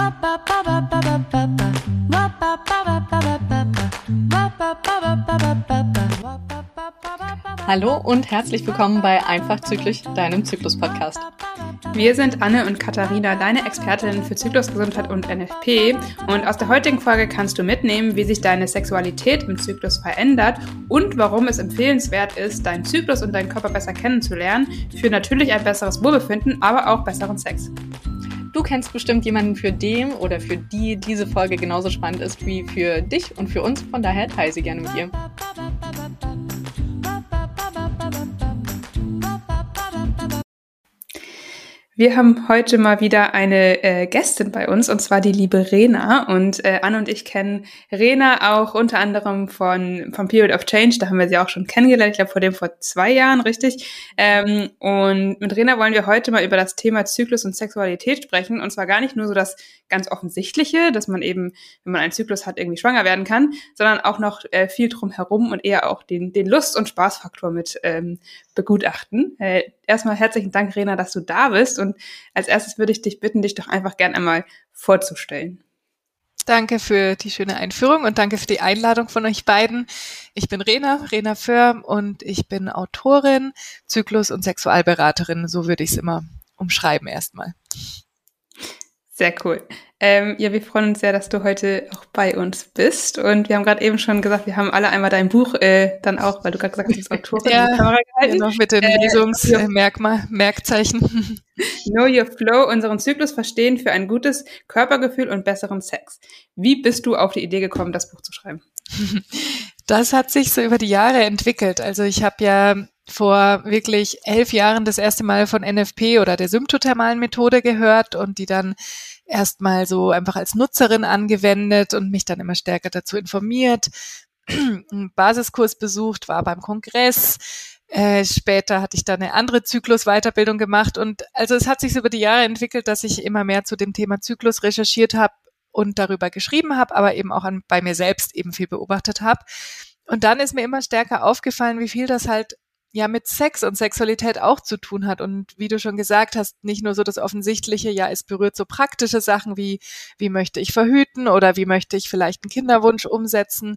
Hallo und herzlich willkommen bei Einfach Zyklisch, deinem Zyklus-Podcast. Wir sind Anne und Katharina, deine Expertinnen für Zyklusgesundheit und NFP. Und aus der heutigen Folge kannst du mitnehmen, wie sich deine Sexualität im Zyklus verändert und warum es empfehlenswert ist, deinen Zyklus und deinen Körper besser kennenzulernen, für natürlich ein besseres Wohlbefinden, aber auch besseren Sex. Du kennst bestimmt jemanden, für den oder für die diese Folge genauso spannend ist wie für dich und für uns. Von daher teile sie gerne mit ihr. Wir haben heute mal wieder eine Gästin bei uns, und zwar die liebe Rena. Und Anne und ich kennen Rena auch unter anderem vom Period of Change. Da haben wir sie auch schon kennengelernt, ich glaube vor 2 Jahren, richtig. Und mit Rena wollen wir heute mal über das Thema Zyklus und Sexualität sprechen. Und zwar gar nicht nur so das ganz Offensichtliche, dass man eben, wenn man einen Zyklus hat, irgendwie schwanger werden kann, sondern auch noch viel drumherum und eher auch den Lust- und Spaßfaktor mit begutachten. Erstmal herzlichen Dank, Rena, dass du da bist. Und als erstes würde ich dich bitten, dich doch einfach gern einmal vorzustellen. Danke für die schöne Einführung und danke für die Einladung von euch beiden. Ich bin Rena Föhr, und ich bin Autorin, Zyklus- und Sexualberaterin. So würde ich es immer umschreiben erstmal. Sehr cool. Ja, wir freuen uns sehr, dass du heute auch bei uns bist. Und wir haben gerade eben schon gesagt, wir haben alle einmal dein Buch dann auch, weil du gerade gesagt hast, du bist Autorin, ja, in die Kamera gehalten. Genau, mit den Merkzeichen. Know Your Flow, unseren Zyklus verstehen für ein gutes Körpergefühl und besseren Sex. Wie bist du auf die Idee gekommen, das Buch zu schreiben? Das hat sich so über die Jahre entwickelt. Also ich habe ja vor wirklich 11 Jahren das erste Mal von NFP oder der symptothermalen Methode gehört und die dann erstmal so einfach als Nutzerin angewendet und mich dann immer stärker dazu informiert, einen Basiskurs besucht, war beim Kongress. Später hatte ich dann eine andere Zyklus-Weiterbildung gemacht, und also es hat sich so über die Jahre entwickelt, dass ich immer mehr zu dem Thema Zyklus recherchiert habe und darüber geschrieben habe, aber eben auch bei mir selbst eben viel beobachtet habe. Und dann ist mir immer stärker aufgefallen, wie viel das halt ja mit Sex und Sexualität auch zu tun hat. Und wie du schon gesagt hast, nicht nur so das Offensichtliche, ja, es berührt so praktische Sachen wie möchte ich verhüten oder wie möchte ich vielleicht einen Kinderwunsch umsetzen,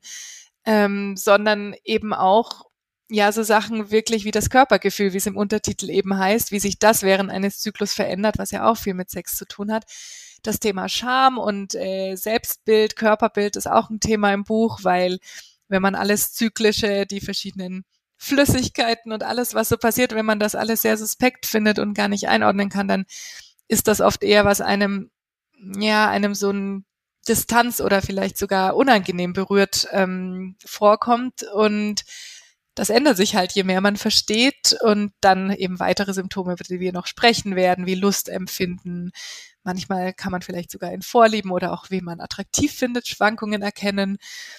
sondern eben auch ja so Sachen wirklich wie das Körpergefühl, wie es im Untertitel eben heißt, wie sich das während eines Zyklus verändert, was ja auch viel mit Sex zu tun hat. Das Thema Scham und Selbstbild, Körperbild ist auch ein Thema im Buch, weil wenn man alles Zyklische, die verschiedenen Flüssigkeiten und alles, was so passiert, wenn man das alles sehr suspekt findet und gar nicht einordnen kann, dann ist das oft eher, was einem so ein Distanz oder vielleicht sogar unangenehm berührt vorkommt. Und das ändert sich halt, je mehr man versteht, und dann eben weitere Symptome, über die wir noch sprechen werden, wie Lustempfinden. Manchmal kann man vielleicht sogar in Vorlieben oder auch, wen man attraktiv findet, Schwankungen erkennen.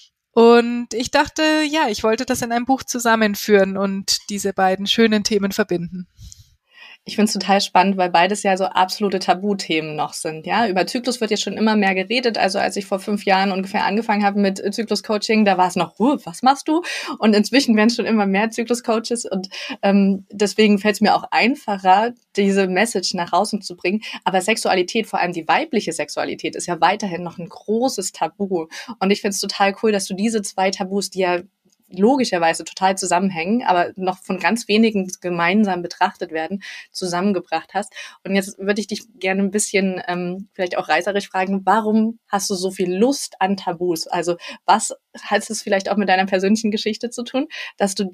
Und ich dachte, ja, ich wollte das in einem Buch zusammenführen und diese beiden schönen Themen verbinden. Ich finde es total spannend, weil beides ja so absolute Tabuthemen noch sind. Ja, über Zyklus wird jetzt schon immer mehr geredet. Also als ich vor 5 Jahren ungefähr angefangen habe mit Zyklus-Coaching, da war es noch, was machst du? Und inzwischen werden es schon immer mehr Zyklus-Coaches, und deswegen fällt es mir auch einfacher, diese Message nach außen zu bringen. Aber Sexualität, vor allem die weibliche Sexualität, ist ja weiterhin noch ein großes Tabu. Und ich finde es total cool, dass du diese 2 Tabus, die ja logischerweise total zusammenhängen, aber noch von ganz wenigen gemeinsam betrachtet werden, zusammengebracht hast. Und jetzt würde ich dich gerne ein bisschen vielleicht auch reißerisch fragen, warum hast du so viel Lust an Tabus? Also was hat es vielleicht auch mit deiner persönlichen Geschichte zu tun, dass du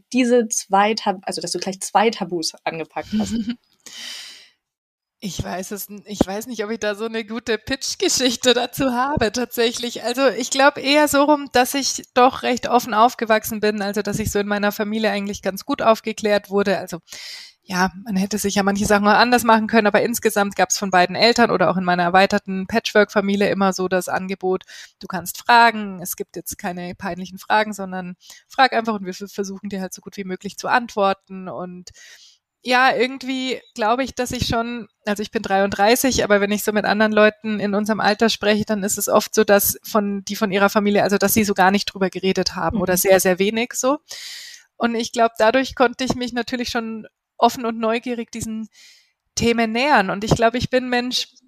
dass du gleich 2 Tabus angepackt hast? Ich weiß nicht, ob ich da so eine gute Pitch-Geschichte dazu habe, tatsächlich. Also ich glaube eher so rum, dass ich doch recht offen aufgewachsen bin, also dass ich so in meiner Familie eigentlich ganz gut aufgeklärt wurde. Also ja, man hätte sich ja manche Sachen auch anders machen können, aber insgesamt gab es von beiden Eltern oder auch in meiner erweiterten Patchwork-Familie immer so das Angebot, du kannst fragen, es gibt jetzt keine peinlichen Fragen, sondern frag einfach und wir versuchen dir halt so gut wie möglich zu antworten. Und ja, irgendwie glaube ich, dass ich schon, also ich bin 33, aber wenn ich so mit anderen Leuten in unserem Alter spreche, dann ist es oft so, dass die von ihrer Familie, also dass sie so gar nicht drüber geredet haben oder sehr, sehr wenig so. Und ich glaube, dadurch konnte ich mich natürlich schon offen und neugierig diesen Themen nähern. Und ich glaube, ich bin ein Mensch,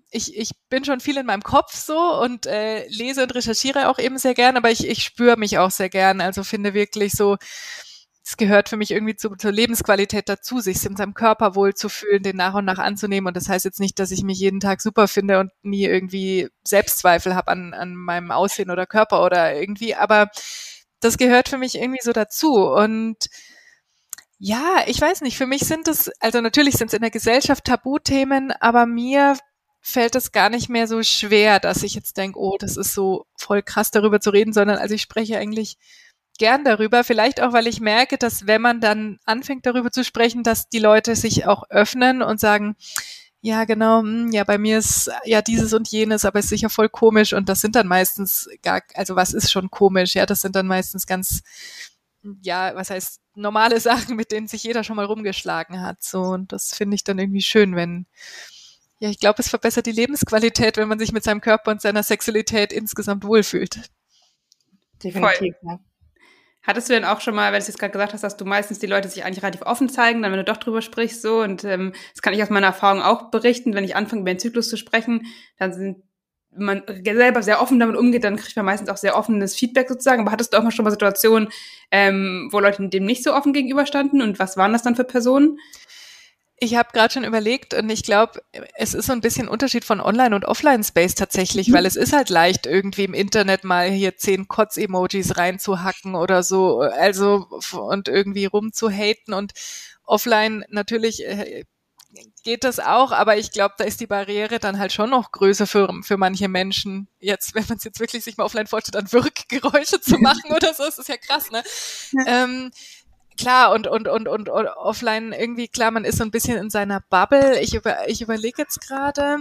ich bin schon viel in meinem Kopf so und lese und recherchiere auch eben sehr gern, aber ich spüre mich auch sehr gern. Also finde wirklich so, es gehört für mich irgendwie zur Lebensqualität dazu, sich in seinem Körper wohlzufühlen, den nach und nach anzunehmen. Und das heißt jetzt nicht, dass ich mich jeden Tag super finde und nie irgendwie Selbstzweifel habe an meinem Aussehen oder Körper oder irgendwie, aber das gehört für mich irgendwie so dazu. Und ja, ich weiß nicht, für mich sind es, also natürlich sind es in der Gesellschaft Tabuthemen, aber mir fällt es gar nicht mehr so schwer, dass ich jetzt denke, oh, das ist so voll krass darüber zu reden, sondern also ich spreche eigentlich gern darüber, vielleicht auch, weil ich merke, dass wenn man dann anfängt darüber zu sprechen, dass die Leute sich auch öffnen und sagen, ja genau, ja bei mir ist ja dieses und jenes, aber ist sicher voll komisch und das sind dann meistens gar, also was ist schon komisch, ja, das sind dann meistens ganz, ja, was heißt normale Sachen, mit denen sich jeder schon mal rumgeschlagen hat, so und das finde ich dann irgendwie schön, wenn ja, ich glaube, es verbessert die Lebensqualität, wenn man sich mit seinem Körper und seiner Sexualität insgesamt wohlfühlt. Definitiv, ja. Hattest du denn auch schon mal, weil du jetzt gerade gesagt hast, dass du meistens die Leute sich eigentlich relativ offen zeigen, dann wenn du doch drüber sprichst so und das kann ich aus meiner Erfahrung auch berichten, wenn ich anfange über den Zyklus zu sprechen, dann sind man selber sehr offen damit umgeht, dann kriegt man meistens auch sehr offenes Feedback sozusagen. Aber hattest du auch mal schon mal Situationen, wo Leute dem nicht so offen gegenüberstanden und was waren das dann für Personen? Ich habe gerade schon überlegt und ich glaube, es ist so ein bisschen Unterschied von Online- und Offline-Space tatsächlich, weil es ist halt leicht, irgendwie im Internet mal hier 10 Kotz-Emojis reinzuhacken oder so, also und irgendwie rumzuhaten und offline natürlich geht das auch, aber ich glaube, da ist die Barriere dann halt schon noch größer für manche Menschen. Jetzt, wenn man es jetzt wirklich sich mal offline vorstellt, dann Wirkgeräusche zu machen oder so, das ist ja krass, ne? Ja. Klar, und offline irgendwie, klar, man ist so ein bisschen in seiner Bubble. Ich überlege jetzt gerade,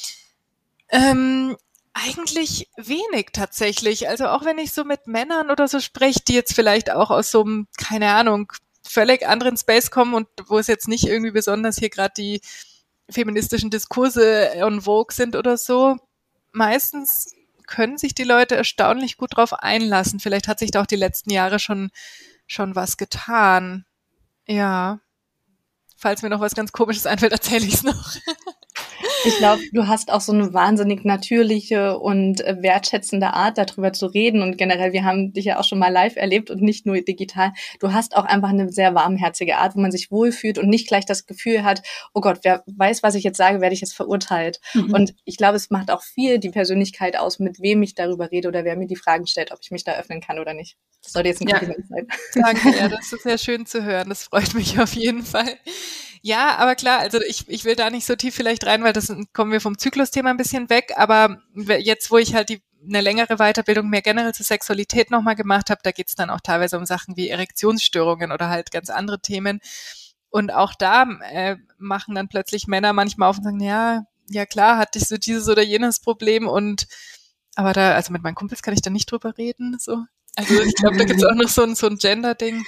eigentlich wenig tatsächlich. Also auch wenn ich so mit Männern oder so spreche, die jetzt vielleicht auch aus so einem, keine Ahnung, völlig anderen Space kommen und wo es jetzt nicht irgendwie besonders hier gerade die feministischen Diskurse en vogue sind oder so, meistens können sich die Leute erstaunlich gut drauf einlassen. Vielleicht hat sich da auch die letzten Jahre schon was getan. Ja. Falls mir noch was ganz Komisches einfällt, erzähle ich es noch. Ich glaube, du hast auch so eine wahnsinnig natürliche und wertschätzende Art, darüber zu reden. Und generell, wir haben dich ja auch schon mal live erlebt und nicht nur digital. Du hast auch einfach eine sehr warmherzige Art, wo man sich wohlfühlt und nicht gleich das Gefühl hat, oh Gott, wer weiß, was ich jetzt sage, werde ich jetzt verurteilt. Mhm. Und ich glaube, es macht auch viel die Persönlichkeit aus, mit wem ich darüber rede oder wer mir die Fragen stellt, ob ich mich da öffnen kann oder nicht. Das sollte jetzt ein Kompliment sein. Danke, ja, das ist sehr schön zu hören. Das freut mich auf jeden Fall. Ja, aber klar, also ich will da nicht so tief vielleicht rein, weil das kommen wir vom Zyklusthema ein bisschen weg, aber jetzt, wo ich halt eine längere Weiterbildung mehr generell zur Sexualität nochmal gemacht habe, da geht's dann auch teilweise um Sachen wie Erektionsstörungen oder halt ganz andere Themen. Und auch da machen dann plötzlich Männer manchmal auf und sagen, ja klar, hatte ich so dieses oder jenes Problem aber da, also mit meinen Kumpels kann ich da nicht drüber reden, so. Also ich glaube, da gibt's auch noch so ein Gender-Ding.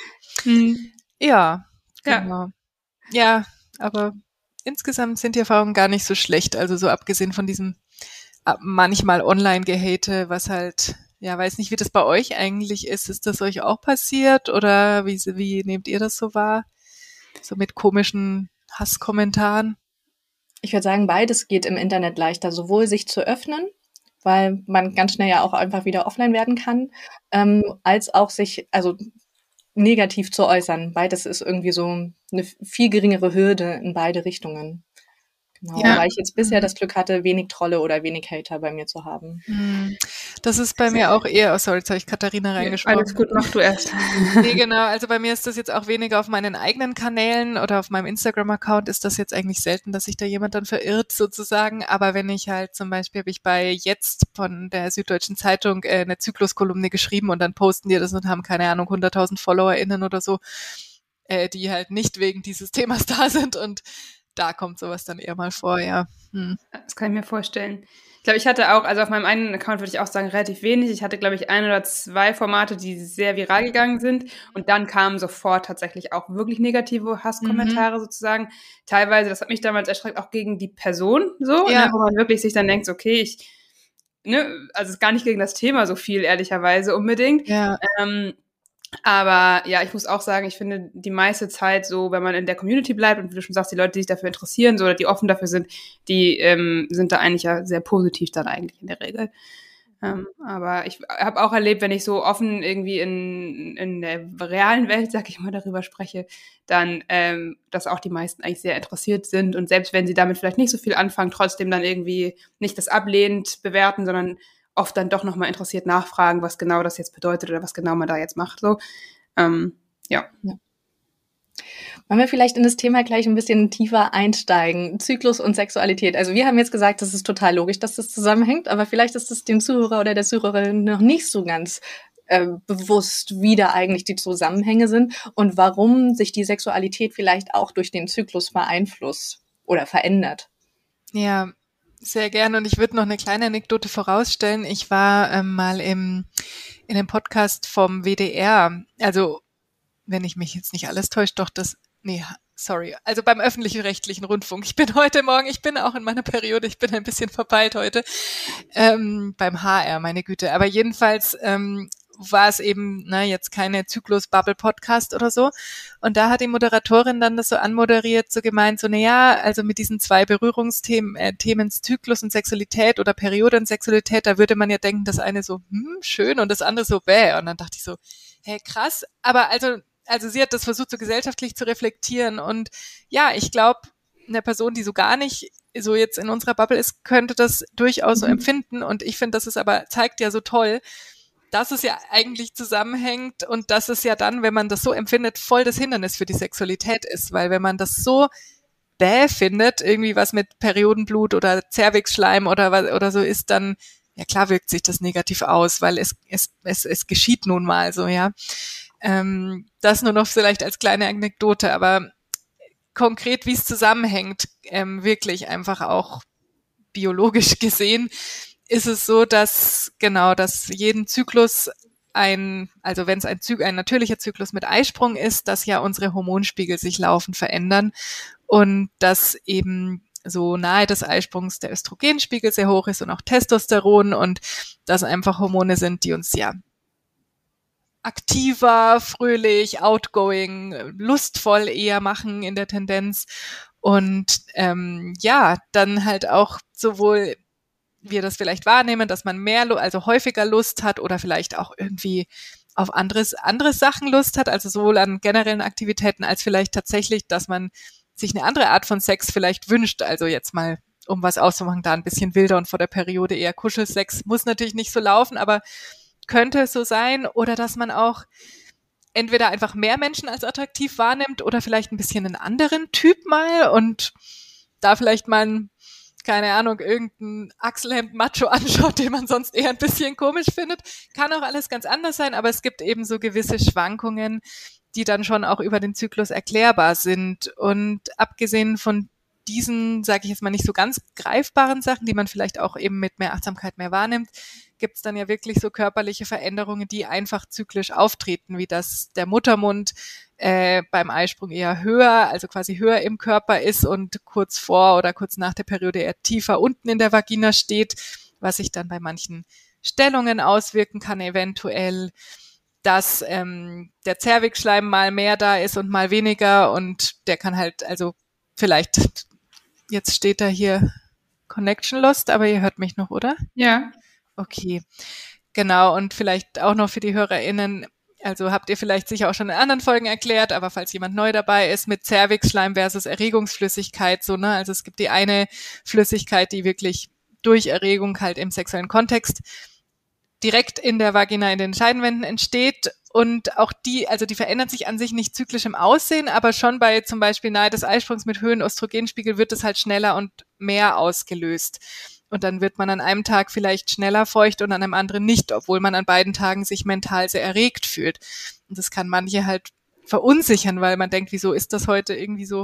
Ja, genau. Ja, aber insgesamt sind die Erfahrungen gar nicht so schlecht. Also so abgesehen von diesem manchmal Online-Gehate, was halt, ja, weiß nicht, wie das bei euch eigentlich ist. Ist das euch auch passiert oder wie nehmt ihr das so wahr? So mit komischen Hasskommentaren? Ich würde sagen, beides geht im Internet leichter. Sowohl sich zu öffnen, weil man ganz schnell ja auch einfach wieder offline werden kann, als auch sich, also negativ zu äußern. Beides ist irgendwie so eine viel geringere Hürde in beide Richtungen. Genau, weil ich jetzt bisher das Glück hatte, wenig Trolle oder wenig Hater bei mir zu haben. Das ist bei mir auch eher, sorry, jetzt habe ich Katharina reingesprochen. Alles gut, mach du erst. Nee, genau, also bei mir ist das jetzt auch weniger auf meinen eigenen Kanälen oder auf meinem Instagram-Account ist das jetzt eigentlich selten, dass sich da jemand dann verirrt sozusagen, aber wenn ich halt zum Beispiel, habe ich bei Jetzt von der Süddeutschen Zeitung eine Zykluskolumne geschrieben und dann posten die das und haben, keine Ahnung, 100.000 FollowerInnen oder so, die halt nicht wegen dieses Themas da sind und da kommt sowas dann eher mal vor, ja. Das kann ich mir vorstellen. Ich glaube, ich hatte auch, also auf meinem eigenen Account würde ich auch sagen, relativ wenig. Ich hatte, glaube ich, 1 oder 2 Formate, die sehr viral gegangen sind. Und dann kamen sofort tatsächlich auch wirklich negative Hasskommentare sozusagen. Teilweise, das hat mich damals erschreckt, auch gegen die Person so, ne, wo man wirklich sich dann denkt, okay, also es ist gar nicht gegen das Thema so viel, ehrlicherweise unbedingt. Ja. Aber ja, ich muss auch sagen, ich finde die meiste Zeit so, wenn man in der Community bleibt und wie du schon sagst, die Leute, die sich dafür interessieren, so, oder die offen dafür sind, die sind da eigentlich ja sehr positiv dann eigentlich in der Regel. Aber ich habe auch erlebt, wenn ich so offen irgendwie in der realen Welt, sag ich mal, darüber spreche, dann, dass auch die meisten eigentlich sehr interessiert sind und selbst wenn sie damit vielleicht nicht so viel anfangen, trotzdem dann irgendwie nicht das ablehnend bewerten, sondern oft dann doch nochmal interessiert nachfragen, was genau das jetzt bedeutet oder was genau man da jetzt macht. So, ja. Wollen wir vielleicht in das Thema gleich ein bisschen tiefer einsteigen? Zyklus und Sexualität. Also wir haben jetzt gesagt, das ist total logisch, dass das zusammenhängt, aber vielleicht ist es dem Zuhörer oder der Zuhörerin noch nicht so ganz bewusst, wie da eigentlich die Zusammenhänge sind und warum sich die Sexualität vielleicht auch durch den Zyklus beeinflusst oder verändert. Ja, sehr gerne. Und ich würde noch eine kleine Anekdote vorausstellen. Ich war mal in dem Podcast vom WDR, also wenn ich mich jetzt nicht alles täuscht, also beim öffentlich-rechtlichen Rundfunk. Ich bin auch in meiner Periode, ich bin ein bisschen verpeilt heute, beim HR, meine Güte. Aber jedenfalls war es eben jetzt keine Zyklus-Bubble-Podcast oder so. Und da hat die Moderatorin dann das so anmoderiert, so gemeint, so also mit diesen zwei Berührungsthemen, Themen Zyklus und Sexualität oder Periode und Sexualität, da würde man ja denken, das eine so schön und das andere so bäh. Und dann dachte ich so, krass. Aber also sie hat das versucht, so gesellschaftlich zu reflektieren. Und ja, ich glaube, eine Person, die so gar nicht so jetzt in unserer Bubble ist, könnte das durchaus so empfinden. Und ich finde, zeigt ja so toll, dass es ja eigentlich zusammenhängt und dass es ja dann, wenn man das so empfindet, voll das Hindernis für die Sexualität ist. Weil wenn man das so bäh findet, irgendwie was mit Periodenblut oder Zervixschleim oder so ist, dann, ja klar wirkt sich das negativ aus, weil es geschieht nun mal so, ja. Das nur noch vielleicht als kleine Anekdote, aber konkret, wie es zusammenhängt, wirklich einfach auch biologisch gesehen, ist es so, dass jeden Zyklus also wenn es ein natürlicher Zyklus mit Eisprung ist, dass ja unsere Hormonspiegel sich laufend verändern und dass eben so nahe des Eisprungs der Östrogenspiegel sehr hoch ist und auch Testosteron und das einfach Hormone sind, die uns ja aktiver, fröhlich, outgoing, lustvoll eher machen in der Tendenz und dann halt auch sowohl wir das vielleicht wahrnehmen, dass man also häufiger Lust hat oder vielleicht auch irgendwie auf andere Sachen Lust hat, also sowohl an generellen Aktivitäten als vielleicht tatsächlich, dass man sich eine andere Art von Sex vielleicht wünscht, also jetzt mal, um was auszumachen, da ein bisschen wilder und vor der Periode eher Kuschelsex, muss natürlich nicht so laufen, aber könnte es so sein oder dass man auch entweder einfach mehr Menschen als attraktiv wahrnimmt oder vielleicht ein bisschen einen anderen Typ mal und da vielleicht mal keine Ahnung, irgendein Achselhemd-Macho anschaut, den man sonst eher ein bisschen komisch findet. Kann auch alles ganz anders sein, aber es gibt eben so gewisse Schwankungen, die dann schon auch über den Zyklus erklärbar sind. Und abgesehen von diesen, sage ich jetzt mal, nicht so ganz greifbaren Sachen, die man vielleicht auch eben mit mehr Achtsamkeit mehr wahrnimmt, gibt es dann ja wirklich so körperliche Veränderungen, die einfach zyklisch auftreten, wie dass der Muttermund beim Eisprung eher höher, also quasi höher im Körper ist und kurz vor oder kurz nach der Periode eher tiefer unten in der Vagina steht, was sich dann bei manchen Stellungen auswirken kann, eventuell, dass der Zervixschleim mal mehr da ist und mal weniger und der kann halt, also vielleicht, jetzt steht da hier Connection Lost, aber ihr hört mich noch, oder? Ja. Okay, genau. Und vielleicht auch noch für die HörerInnen, also habt ihr vielleicht sicher auch schon in anderen Folgen erklärt, aber falls jemand neu dabei ist, mit Zervixschleim versus Erregungsflüssigkeit, so, ne? Also es gibt die eine Flüssigkeit, die wirklich durch Erregung halt im sexuellen Kontext direkt in der Vagina, in den Scheidenwänden entsteht und auch die verändert sich an sich nicht zyklisch im Aussehen, aber schon bei zum Beispiel nahe des Eisprungs mit höheren Östrogenspiegel wird es halt schneller und mehr ausgelöst. Und dann wird man an einem Tag vielleicht schneller feucht und an einem anderen nicht, obwohl man an beiden Tagen sich mental sehr erregt fühlt. Und das kann manche halt verunsichern, weil man denkt, wieso ist das heute irgendwie so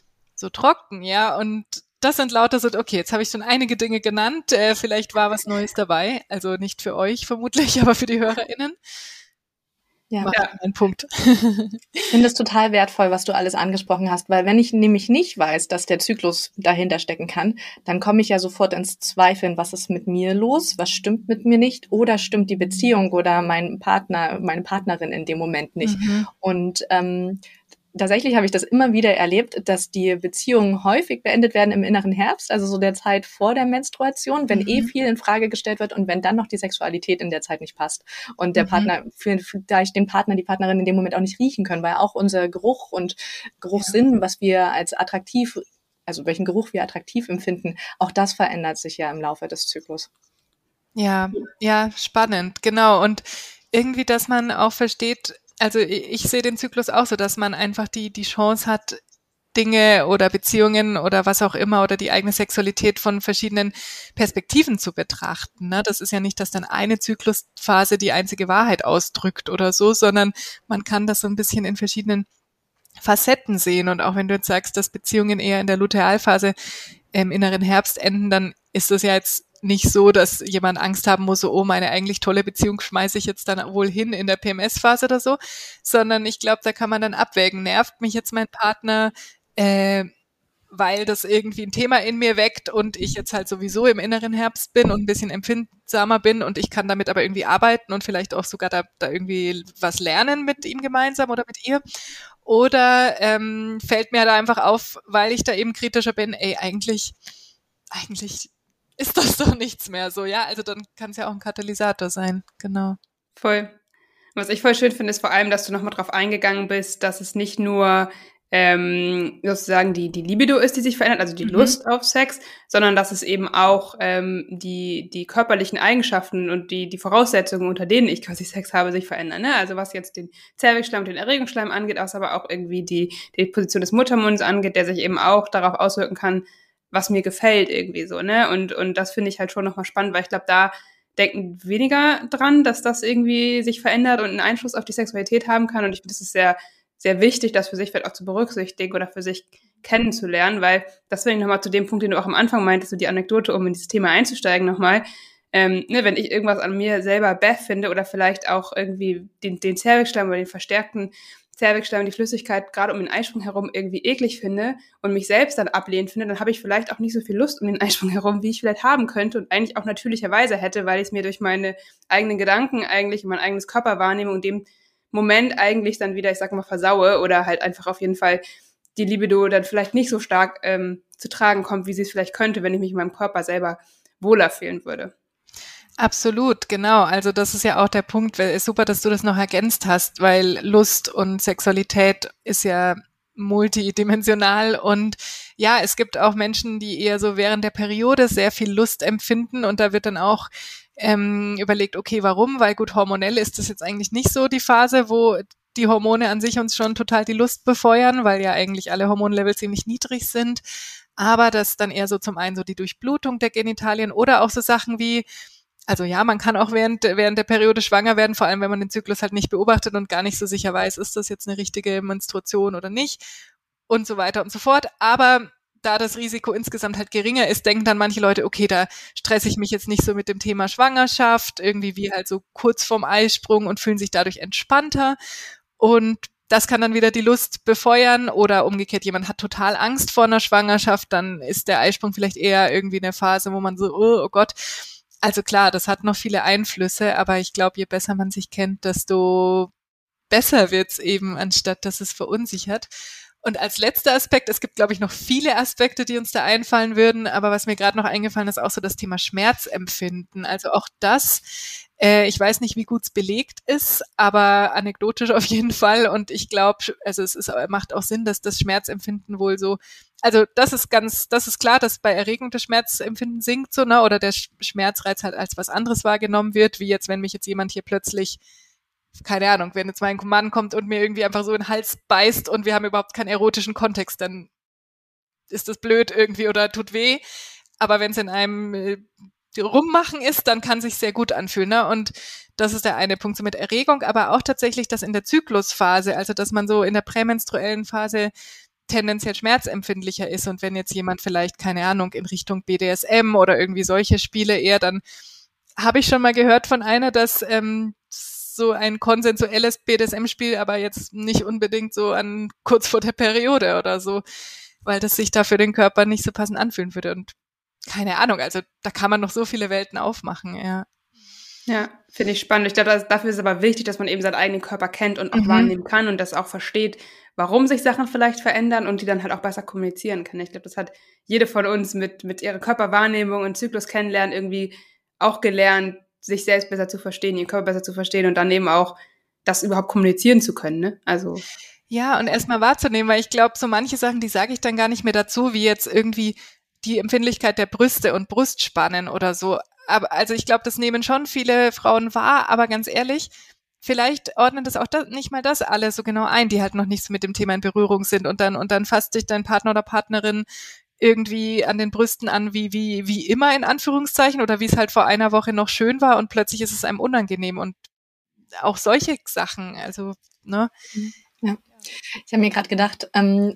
trocken, ja? Und das sind lauter so, okay, jetzt habe ich schon einige Dinge genannt, vielleicht war was Neues dabei. Also nicht für euch vermutlich, aber für die HörerInnen. Ja, ein Punkt. Ich finde es total wertvoll, was du alles angesprochen hast, weil wenn ich nämlich nicht weiß, dass der Zyklus dahinter stecken kann, dann komme ich ja sofort ins Zweifeln, was ist mit mir los, was stimmt mit mir nicht oder stimmt die Beziehung oder mein Partner, meine Partnerin in dem Moment nicht. Und tatsächlich habe ich das immer wieder erlebt, dass die Beziehungen häufig beendet werden im inneren Herbst, also so der Zeit vor der Menstruation, wenn viel in Frage gestellt wird und wenn dann noch die Sexualität in der Zeit nicht passt und der Partner, vielleicht den Partner, die Partnerin in dem Moment auch nicht riechen können, weil auch unser Geruch und Geruchssinn, was wir als attraktiv, also welchen Geruch wir attraktiv empfinden, auch das verändert sich ja im Laufe des Zyklus. Ja, spannend, genau. Und irgendwie, dass man auch versteht, also ich sehe den Zyklus auch so, dass man einfach die Chance hat, Dinge oder Beziehungen oder was auch immer oder die eigene Sexualität von verschiedenen Perspektiven zu betrachten. Ne? Das ist ja nicht, dass dann eine Zyklusphase die einzige Wahrheit ausdrückt oder so, sondern man kann das so ein bisschen in verschiedenen Facetten sehen. Und auch wenn du jetzt sagst, dass Beziehungen eher in der Lutealphase im inneren Herbst enden, dann ist das ja jetzt nicht so, dass jemand Angst haben muss, so, oh, meine eigentlich tolle Beziehung schmeiße ich jetzt dann wohl hin in der PMS-Phase oder so, sondern ich glaube, da kann man dann abwägen, nervt mich jetzt mein Partner, weil das irgendwie ein Thema in mir weckt und ich jetzt halt sowieso im inneren Herbst bin und ein bisschen empfindsamer bin und ich kann damit aber irgendwie arbeiten und vielleicht auch sogar da irgendwie was lernen mit ihm gemeinsam oder mit ihr. Oder fällt mir da einfach auf, weil ich da eben kritischer bin, eigentlich ist das doch nichts mehr so, ja? Also dann kann es ja auch ein Katalysator sein, genau. Voll. Was ich voll schön finde, ist vor allem, dass du nochmal drauf eingegangen bist, dass es nicht nur sozusagen die Libido ist, die sich verändert, also die Lust auf Sex, sondern dass es eben auch die körperlichen Eigenschaften und die Voraussetzungen, unter denen ich quasi Sex habe, sich verändern. Ne? Also was jetzt den Zervixschleim und den Erregungsschleim angeht, aber auch irgendwie die Position des Muttermunds angeht, der sich eben auch darauf auswirken kann, was mir gefällt irgendwie so. Ne? Und das finde ich halt schon nochmal spannend, weil ich glaube, da denken weniger dran, dass das irgendwie sich verändert und einen Einfluss auf die Sexualität haben kann. Und ich finde, das ist sehr sehr wichtig, das für sich vielleicht auch zu berücksichtigen oder für sich kennenzulernen, weil das will ich nochmal zu dem Punkt, den du auch am Anfang meintest, so die Anekdote, um in dieses Thema einzusteigen nochmal, wenn ich irgendwas an mir selber finde oder vielleicht auch irgendwie den Zervixschleim oder den verstärkten Zervixschleim, die Flüssigkeit gerade um den Eisprung herum irgendwie eklig finde und mich selbst dann ablehnend finde, dann habe ich vielleicht auch nicht so viel Lust um den Eisprung herum, wie ich vielleicht haben könnte und eigentlich auch natürlicherweise hätte, weil ich es mir durch meine eigenen Gedanken eigentlich und mein eigenes Körperwahrnehmung und dem Moment eigentlich dann wieder, ich sag mal, versaue oder halt einfach auf jeden Fall die Libido dann vielleicht nicht so stark zu tragen kommt, wie sie es vielleicht könnte, wenn ich mich in meinem Körper selber wohler fühlen würde. Absolut, genau. Also das ist ja auch der Punkt, super, dass du das noch ergänzt hast, weil Lust und Sexualität ist ja multidimensional und ja, es gibt auch Menschen, die eher so während der Periode sehr viel Lust empfinden und da wird dann auch überlegt, okay, warum? Weil gut, hormonell ist das jetzt eigentlich nicht so die Phase, wo die Hormone an sich uns schon total die Lust befeuern, weil ja eigentlich alle Hormonlevel ziemlich niedrig sind. Aber das dann eher so zum einen so die Durchblutung der Genitalien oder auch so Sachen wie, also ja, man kann auch während der Periode schwanger werden, vor allem wenn man den Zyklus halt nicht beobachtet und gar nicht so sicher weiß, ist das jetzt eine richtige Menstruation oder nicht und so weiter und so fort. Aber da das Risiko insgesamt halt geringer ist, denken dann manche Leute, okay, da stresse ich mich jetzt nicht so mit dem Thema Schwangerschaft, irgendwie wie halt so kurz vorm Eisprung und fühlen sich dadurch entspannter. Und das kann dann wieder die Lust befeuern oder umgekehrt, jemand hat total Angst vor einer Schwangerschaft, dann ist der Eisprung vielleicht eher irgendwie eine Phase, wo man so, oh Gott. Also klar, das hat noch viele Einflüsse, aber ich glaube, je besser man sich kennt, desto besser wird's eben, anstatt dass es verunsichert. Und als letzter Aspekt, es gibt, glaube ich, noch viele Aspekte, die uns da einfallen würden, aber was mir gerade noch eingefallen ist, auch so das Thema Schmerzempfinden. Also auch das, ich weiß nicht, wie gut es belegt ist, aber anekdotisch auf jeden Fall. Und ich glaube, also macht auch Sinn, dass das Schmerzempfinden wohl so, also das ist klar, dass bei Erregung das Schmerzempfinden sinkt so, ne, oder der Schmerzreiz halt als was anderes wahrgenommen wird, wie jetzt, wenn mich jetzt jemand hier plötzlich, keine Ahnung, wenn jetzt mein Mann kommt und mir irgendwie einfach so in den Hals beißt und wir haben überhaupt keinen erotischen Kontext, dann ist das blöd irgendwie oder tut weh. Aber wenn es in einem Rummachen ist, dann kann es sich sehr gut anfühlen. Ne? Und das ist der eine Punkt so mit Erregung, aber auch tatsächlich das in der Zyklusphase, also dass man so in der prämenstruellen Phase tendenziell schmerzempfindlicher ist. Und wenn jetzt jemand vielleicht, keine Ahnung, in Richtung BDSM oder irgendwie solche Spiele eher, dann habe ich schon mal gehört von einer, dass so ein konsensuelles BDSM-Spiel, aber jetzt nicht unbedingt so kurz vor der Periode oder so, weil das sich da für den Körper nicht so passend anfühlen würde. Und keine Ahnung, also da kann man noch so viele Welten aufmachen, ja. Ja, finde ich spannend. Ich glaube, dafür ist es aber wichtig, dass man eben seinen eigenen Körper kennt und auch wahrnehmen kann und das auch versteht, warum sich Sachen vielleicht verändern und die dann halt auch besser kommunizieren kann. Ich glaube, das hat jede von uns mit ihrer Körperwahrnehmung und Zyklus kennenlernen irgendwie auch gelernt, sich selbst besser zu verstehen, ihren Körper besser zu verstehen und dann eben auch das überhaupt kommunizieren zu können, ne? Also. Ja, und erstmal wahrzunehmen, weil ich glaube, so manche Sachen, die sage ich dann gar nicht mehr dazu, wie jetzt irgendwie die Empfindlichkeit der Brüste und Brustspannen oder so. Aber also ich glaube, das nehmen schon viele Frauen wahr, aber ganz ehrlich, vielleicht ordnen das auch nicht mal das alle so genau ein, die halt noch nicht so mit dem Thema in Berührung sind und dann fasst dich dein Partner oder Partnerin irgendwie an den Brüsten an, wie immer in Anführungszeichen oder wie es halt vor einer Woche noch schön war und plötzlich ist es einem unangenehm und auch solche Sachen, also, ne? Ja. Ich habe mir gerade gedacht,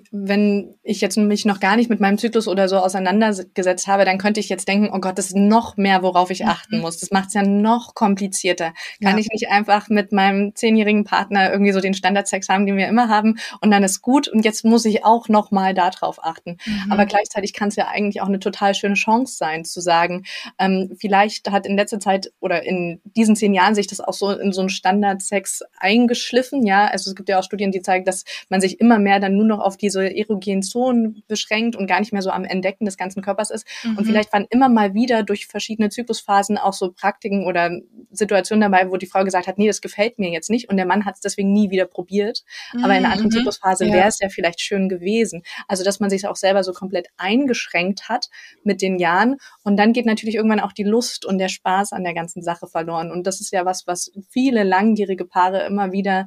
wenn ich jetzt mich noch gar nicht mit meinem Zyklus oder so auseinandergesetzt habe, dann könnte ich jetzt denken, oh Gott, das ist noch mehr, worauf ich achten muss. Das macht es ja noch komplizierter. Kann ich nicht einfach mit meinem 10-jährigen Partner irgendwie so den Standardsex haben, den wir immer haben und dann ist gut und jetzt muss ich auch noch mal darauf achten. Aber gleichzeitig kann es ja eigentlich auch eine total schöne Chance sein, zu sagen, vielleicht hat in letzter Zeit oder in diesen 10 Jahren sich das auch so in so einen Standardsex eingeschliffen. Ja, also es gibt ja auch Studien, die zeigen, dass man sich immer mehr dann nur noch auf diese erogenen Zonen beschränkt und gar nicht mehr so am Entdecken des ganzen Körpers ist. Und vielleicht waren immer mal wieder durch verschiedene Zyklusphasen auch so Praktiken oder Situationen dabei, wo die Frau gesagt hat, nee, das gefällt mir jetzt nicht und der Mann hat es deswegen nie wieder probiert. Aber in einer anderen Zyklusphase wäre es ja vielleicht schön gewesen. Also, dass man sich auch selber so komplett eingeschränkt hat mit den Jahren und dann geht natürlich irgendwann auch die Lust und der Spaß an der ganzen Sache verloren. Und das ist ja was viele langjährige Paare immer wieder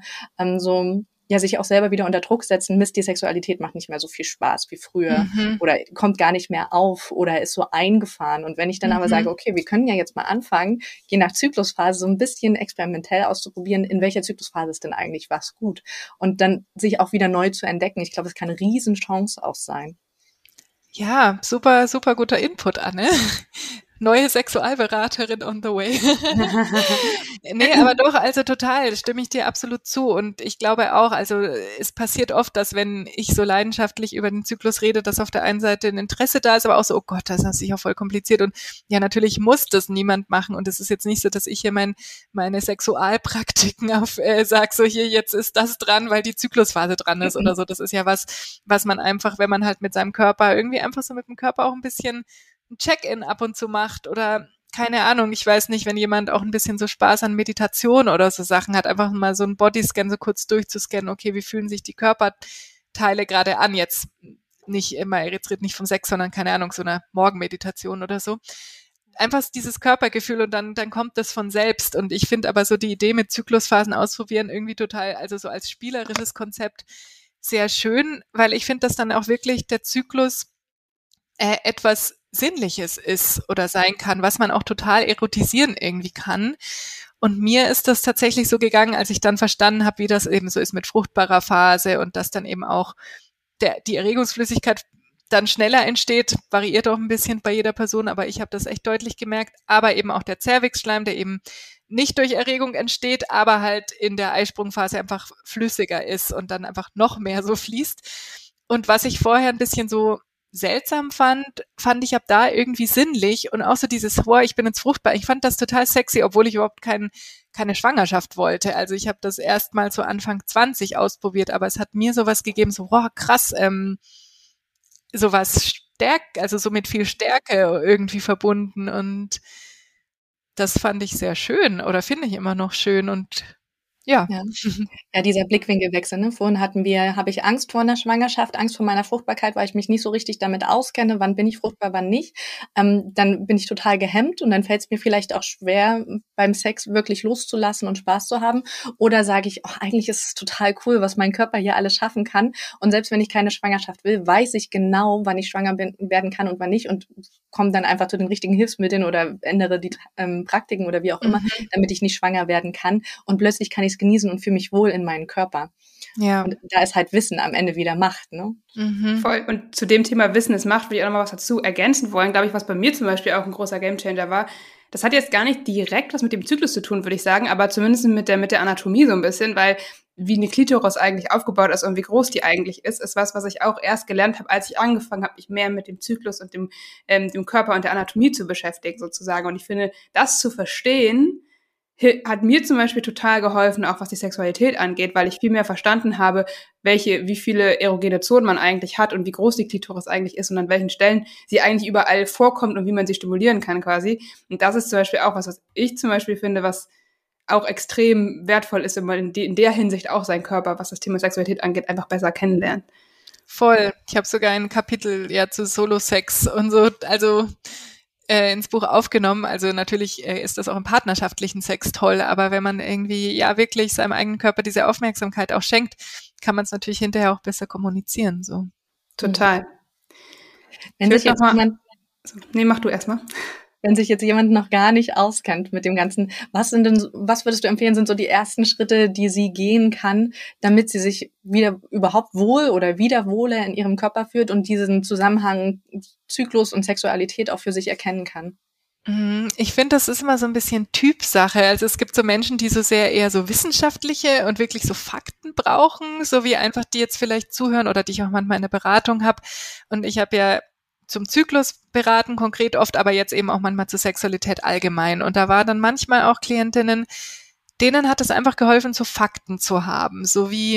sich auch selber wieder unter Druck setzen, Mist, die Sexualität macht nicht mehr so viel Spaß wie früher oder kommt gar nicht mehr auf oder ist so eingefahren. Und wenn ich dann aber sage, okay, wir können ja jetzt mal anfangen, je nach Zyklusphase so ein bisschen experimentell auszuprobieren, in welcher Zyklusphase ist denn eigentlich was gut und dann sich auch wieder neu zu entdecken. Ich glaube, das kann eine Riesenchance auch sein. Ja, super, super guter Input, Anne. Neue Sexualberaterin on the way. Nee, aber doch, also total, stimme ich dir absolut zu. Und ich glaube auch, also es passiert oft, dass wenn ich so leidenschaftlich über den Zyklus rede, dass auf der einen Seite ein Interesse da ist, aber auch so, oh Gott, das ist sicher voll kompliziert. Und ja, natürlich muss das niemand machen. Und es ist jetzt nicht so, dass ich hier meine Sexualpraktiken sage, so hier, jetzt ist das dran, weil die Zyklusphase dran ist oder so. Das ist ja was man einfach, wenn man halt mit seinem Körper irgendwie einfach so mit dem Körper auch ein bisschen ein Check-in ab und zu macht oder keine Ahnung, ich weiß nicht, wenn jemand auch ein bisschen so Spaß an Meditation oder so Sachen hat, einfach mal so einen Bodyscan so kurz durchzuscannen, okay, wie fühlen sich die Körperteile gerade an, jetzt nicht immer, jetzt redet nicht vom Sex, sondern keine Ahnung, so einer Morgenmeditation oder so. Einfach dieses Körpergefühl und dann kommt das von selbst und ich finde aber so die Idee mit Zyklusphasen ausprobieren irgendwie total, also so als spielerisches Konzept sehr schön, weil ich finde, dass dann auch wirklich der Zyklus etwas Sinnliches ist oder sein kann, was man auch total erotisieren irgendwie kann. Und mir ist das tatsächlich so gegangen, als ich dann verstanden habe, wie das eben so ist mit fruchtbarer Phase und dass dann eben auch die Erregungsflüssigkeit dann schneller entsteht, variiert auch ein bisschen bei jeder Person, aber ich habe das echt deutlich gemerkt. Aber eben auch der Zervixschleim, der eben nicht durch Erregung entsteht, aber halt in der Eisprungphase einfach flüssiger ist und dann einfach noch mehr so fließt. Und was ich vorher ein bisschen so seltsam fand ich ab da irgendwie sinnlich und auch so dieses, ich bin jetzt fruchtbar. Ich fand das total sexy, obwohl ich überhaupt keine Schwangerschaft wollte. Also ich habe das erst mal so Anfang 20 ausprobiert, aber es hat mir sowas gegeben, so krass, sowas also so mit viel Stärke irgendwie verbunden und das fand ich sehr schön oder finde ich immer noch schön und ja. Ja, dieser Blickwinkelwechsel, ne? Vorhin habe ich Angst vor einer Schwangerschaft, Angst vor meiner Fruchtbarkeit, weil ich mich nicht so richtig damit auskenne, wann bin ich fruchtbar, wann nicht. Dann bin ich total gehemmt und dann fällt es mir vielleicht auch schwer, beim Sex wirklich loszulassen und Spaß zu haben. Oder sage ich, eigentlich ist es total cool, was mein Körper hier alles schaffen kann. Und selbst wenn ich keine Schwangerschaft will, weiß ich genau, wann ich schwanger werden kann und wann nicht und komme dann einfach zu den richtigen Hilfsmitteln oder ändere die Praktiken oder wie auch immer, damit ich nicht schwanger werden kann. Und plötzlich kann ich es genießen und fühle mich wohl in meinen Körper. Ja. Und da ist halt Wissen am Ende wieder Macht, ne? Voll. Und zu dem Thema Wissen ist Macht, würde ich auch noch mal was dazu ergänzen wollen. Glaube ich, was bei mir zum Beispiel auch ein großer Gamechanger war, das hat jetzt gar nicht direkt was mit dem Zyklus zu tun, würde ich sagen, aber zumindest mit der Anatomie so ein bisschen, weil wie eine Klitoris eigentlich aufgebaut ist und wie groß die eigentlich ist was ich auch erst gelernt habe, als ich angefangen habe, mich mehr mit dem Zyklus und dem Körper und der Anatomie zu beschäftigen sozusagen. Und ich finde, das zu verstehen, hat mir zum Beispiel total geholfen, auch was die Sexualität angeht, weil ich viel mehr verstanden habe, wie viele erogene Zonen man eigentlich hat und wie groß die Klitoris eigentlich ist und an welchen Stellen sie eigentlich überall vorkommt und wie man sie stimulieren kann quasi. Und das ist zum Beispiel auch was ich zum Beispiel finde, was auch extrem wertvoll ist, wenn man in der Hinsicht auch seinen Körper, was das Thema Sexualität angeht, einfach besser kennenlernt. Voll. Ich habe sogar ein Kapitel ja zu Solo-Sex und so, also ins Buch aufgenommen. Also natürlich ist das auch im partnerschaftlichen Sex toll, aber wenn man irgendwie ja wirklich seinem eigenen Körper diese Aufmerksamkeit auch schenkt, kann man es natürlich hinterher auch besser kommunizieren. So. Total. Wenn sich jetzt jemand... Nee, mach du erstmal. Wenn sich jetzt jemand noch gar nicht auskennt mit dem Ganzen, was würdest du empfehlen, sind so die ersten Schritte, die sie gehen kann, damit sie sich wieder überhaupt wohl oder wieder wohler in ihrem Körper fühlt und diesen Zusammenhang Zyklus und Sexualität auch für sich erkennen kann? Ich finde, das ist immer so ein bisschen Typsache. Also es gibt so Menschen, die so sehr eher so wissenschaftliche und wirklich so Fakten brauchen, so wie einfach die jetzt vielleicht zuhören oder die ich auch manchmal in der Beratung habe. Und ich habe ja zum Zyklus beraten, konkret oft, aber jetzt eben auch manchmal zur Sexualität allgemein. Und da war dann manchmal auch Klientinnen, denen hat es einfach geholfen, so Fakten zu haben, so wie,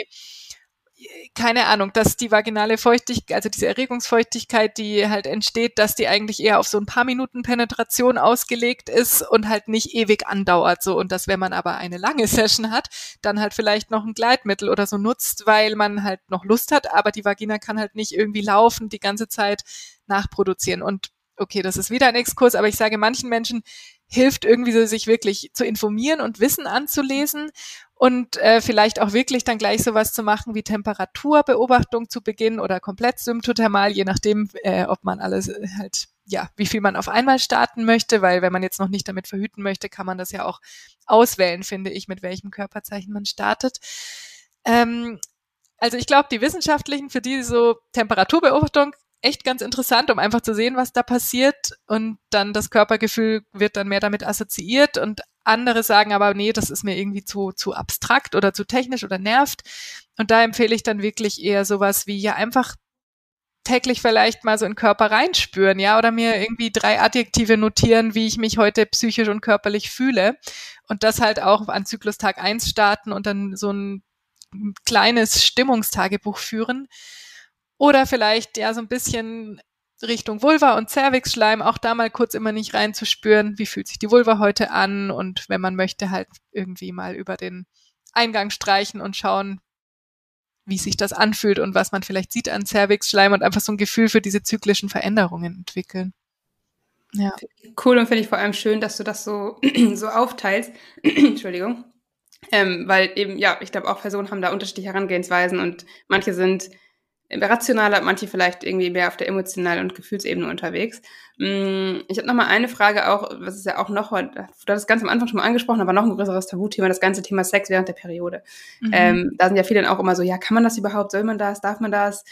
keine Ahnung, dass die vaginale Feuchtigkeit, also diese Erregungsfeuchtigkeit, die halt entsteht, dass die eigentlich eher auf so ein paar Minuten Penetration ausgelegt ist und halt nicht ewig andauert, so. Und dass, wenn man aber eine lange Session hat, dann halt vielleicht noch ein Gleitmittel oder so nutzt, weil man halt noch Lust hat, aber die Vagina kann halt nicht irgendwie laufen, die ganze Zeit nachproduzieren. Und okay, das ist wieder ein Exkurs, aber ich sage, manchen Menschen hilft irgendwie so, sich wirklich zu informieren und Wissen anzulesen und vielleicht auch wirklich dann gleich sowas zu machen wie Temperaturbeobachtung zu Beginn oder komplett symptothermal, je nachdem, ob man alles halt, ja, wie viel man auf einmal starten möchte, weil wenn man jetzt noch nicht damit verhüten möchte, kann man das ja auch auswählen, finde ich, mit welchem Körperzeichen man startet. Also ich glaube, die Wissenschaftlichen, für die so Temperaturbeobachtung echt ganz interessant, um einfach zu sehen, was da passiert, und dann das Körpergefühl wird dann mehr damit assoziiert, und andere sagen aber, nee, das ist mir irgendwie zu abstrakt oder zu technisch oder nervt, und da empfehle ich dann wirklich eher sowas wie, ja, einfach täglich vielleicht mal so in den Körper reinspüren, ja, oder mir irgendwie 3 Adjektive notieren, wie ich mich heute psychisch und körperlich fühle, und das halt auch an Zyklustag 1 starten und dann so ein kleines Stimmungstagebuch führen. Oder vielleicht ja so ein bisschen Richtung Vulva und Cervixschleim, auch da mal kurz immer nicht reinzuspüren, wie fühlt sich die Vulva heute an, und wenn man möchte, halt irgendwie mal über den Eingang streichen und schauen, wie sich das anfühlt und was man vielleicht sieht an Cervixschleim, und einfach so ein Gefühl für diese zyklischen Veränderungen entwickeln. Ja. Cool, und finde ich vor allem schön, dass du das so aufteilst. Entschuldigung. Weil eben, ja, ich glaube, auch Personen haben da unterschiedliche Herangehensweisen und manche sind rationaler, manche vielleicht irgendwie mehr auf der emotionalen und Gefühlsebene unterwegs. Ich habe noch mal eine Frage auch, was ist ja auch noch, du hast das ganz am Anfang schon mal angesprochen, aber noch ein größeres Tabuthema, das ganze Thema Sex während der Periode. Da sind ja viele dann auch immer so, ja, kann man das überhaupt, soll man das, darf man das?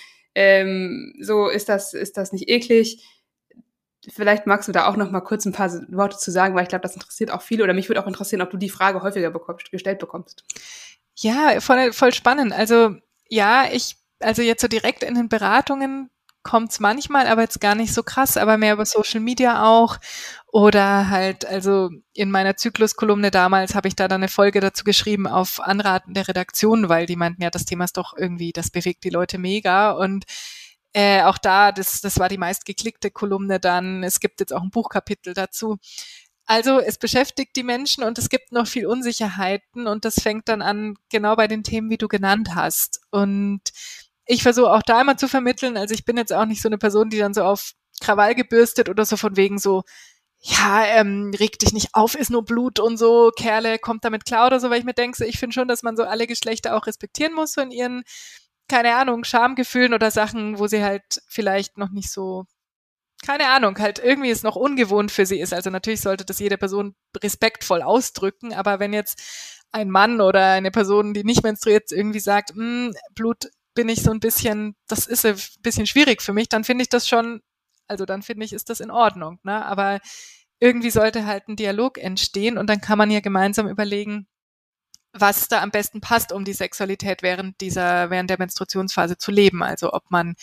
So, ist das nicht eklig? Vielleicht magst du da auch noch mal kurz ein paar Worte zu sagen, weil ich glaube, das interessiert auch viele, oder mich würde auch interessieren, ob du die Frage häufiger gestellt bekommst. Ja, voll spannend. Also ja, also jetzt so direkt in den Beratungen kommt's manchmal, aber jetzt gar nicht so krass, aber mehr über Social Media auch. Oder halt, also in meiner Zykluskolumne damals habe ich da dann eine Folge dazu geschrieben auf Anraten der Redaktion, weil die meinten, ja, das Thema ist doch irgendwie, das bewegt die Leute mega, und auch da, das war die meistgeklickte Kolumne dann. Es gibt jetzt auch ein Buchkapitel dazu. Also es beschäftigt die Menschen und es gibt noch viel Unsicherheiten, und das fängt dann an, genau bei den Themen, wie du genannt hast. Und ich versuche auch da immer zu vermitteln, also ich bin jetzt auch nicht so eine Person, die dann so auf Krawall gebürstet oder so von wegen so, ja, reg dich nicht auf, ist nur Blut und so, Kerle, kommt damit klar oder so, weil ich mir denke, so, ich finde schon, dass man so alle Geschlechter auch respektieren muss, so in ihren, keine Ahnung, Schamgefühlen oder Sachen, wo sie halt vielleicht noch nicht so, keine Ahnung, halt irgendwie es noch ungewohnt für sie ist. Also natürlich sollte das jede Person respektvoll ausdrücken, aber wenn jetzt ein Mann oder eine Person, die nicht menstruiert, irgendwie sagt, Blut bin ich so ein bisschen, das ist ein bisschen schwierig für mich, dann finde ich das schon, also dann finde ich, ist das in Ordnung, ne? Aber irgendwie sollte halt ein Dialog entstehen und dann kann man ja gemeinsam überlegen, was da am besten passt, um die Sexualität während der Menstruationsphase zu leben. Also ob man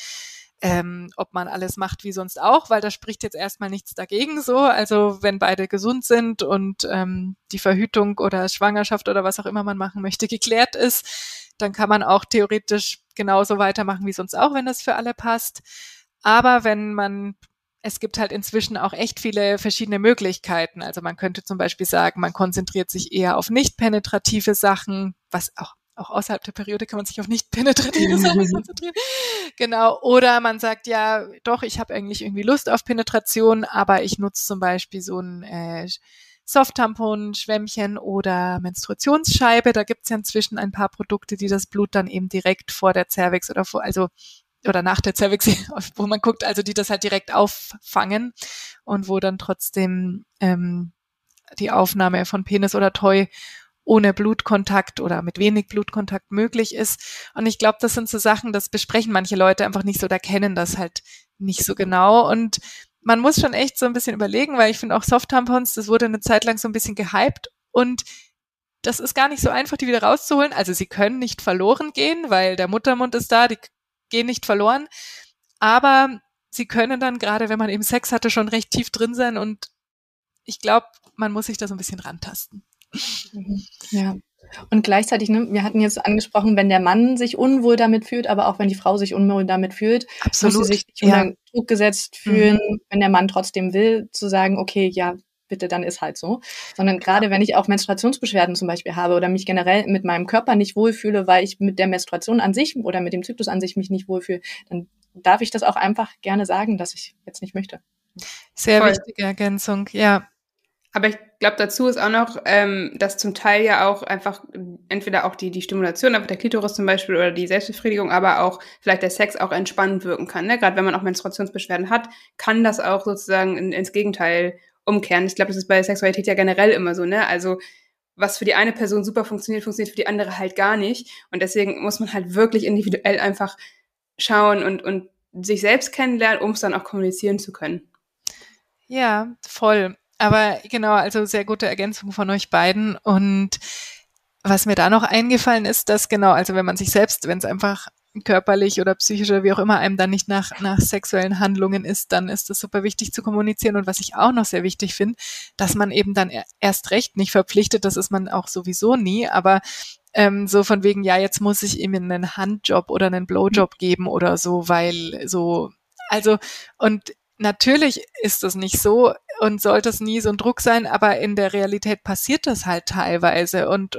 alles macht wie sonst auch, weil da spricht jetzt erstmal nichts dagegen so. Also wenn beide gesund sind und die Verhütung oder Schwangerschaft oder was auch immer man machen möchte, geklärt ist, dann kann man auch theoretisch genauso weitermachen wie sonst auch, wenn das für alle passt. Aber es gibt halt inzwischen auch echt viele verschiedene Möglichkeiten. Also man könnte zum Beispiel sagen, man konzentriert sich eher auf nicht penetrative Sachen, was auch außerhalb der Periode kann man sich auf nicht penetrative Sachen konzentrieren. Genau. Oder man sagt, ja, doch, ich habe eigentlich irgendwie Lust auf Penetration, aber ich nutze zum Beispiel so ein Soft-Tampon, Schwämmchen oder Menstruationsscheibe. Da gibt's ja inzwischen ein paar Produkte, die das Blut dann eben direkt vor der Cervix oder nach der Cervix, wo man guckt, also die das halt direkt auffangen und wo dann trotzdem die Aufnahme von Penis oder Toy ohne Blutkontakt oder mit wenig Blutkontakt möglich ist. Und ich glaube, das sind so Sachen, das besprechen manche Leute einfach nicht so oder kennen das halt nicht so genau. Und man muss schon echt so ein bisschen überlegen, weil ich finde auch Soft-Tampons, das wurde eine Zeit lang so ein bisschen gehypt und das ist gar nicht so einfach, die wieder rauszuholen. Also sie können nicht verloren gehen, weil der Muttermund ist da, die gehen nicht verloren. Aber sie können dann, gerade wenn man eben Sex hatte, schon recht tief drin sein und ich glaube, man muss sich da so ein bisschen rantasten. Ja. Und gleichzeitig, ne, wir hatten jetzt angesprochen, wenn der Mann sich unwohl damit fühlt, aber auch wenn die Frau sich unwohl damit fühlt, Absolut. muss sie sich nicht unter Druck gesetzt fühlen, wenn der Mann trotzdem will, zu sagen, okay, ja, bitte, dann ist halt so. Sondern gerade wenn ich auch Menstruationsbeschwerden zum Beispiel habe oder mich generell mit meinem Körper nicht wohlfühle, weil ich mit der Menstruation an sich oder mit dem Zyklus an sich mich nicht wohlfühle, dann darf ich das auch einfach gerne sagen, dass ich jetzt nicht möchte. Sehr wichtige Ergänzung, ja. Aber ich glaube, dazu ist auch noch, dass zum Teil ja auch einfach entweder auch die Stimulation einfach der Klitoris zum Beispiel oder die Selbstbefriedigung, aber auch vielleicht der Sex auch entspannend wirken kann. Ne? Gerade wenn man auch Menstruationsbeschwerden hat, kann das auch sozusagen ins Gegenteil umkehren. Ich glaube, das ist bei Sexualität ja generell immer so, ne? Also was für die eine Person super funktioniert, funktioniert für die andere halt gar nicht. Und deswegen muss man halt wirklich individuell einfach schauen und sich selbst kennenlernen, um es dann auch kommunizieren zu können. Ja, voll. Aber genau, also sehr gute Ergänzung von euch beiden. Und was mir da noch eingefallen ist, dass genau, also wenn man sich selbst, wenn es einfach körperlich oder psychisch oder wie auch immer einem dann nicht nach sexuellen Handlungen ist, dann ist das super wichtig zu kommunizieren. Und was ich auch noch sehr wichtig finde, dass man eben dann erst recht nicht verpflichtet, das ist man auch sowieso nie, aber so von wegen, ja, jetzt muss ich ihm einen Handjob oder einen Blowjob geben oder so, weil so, also, und natürlich ist das nicht so und sollte es nie so ein Druck sein, aber in der Realität passiert das halt teilweise und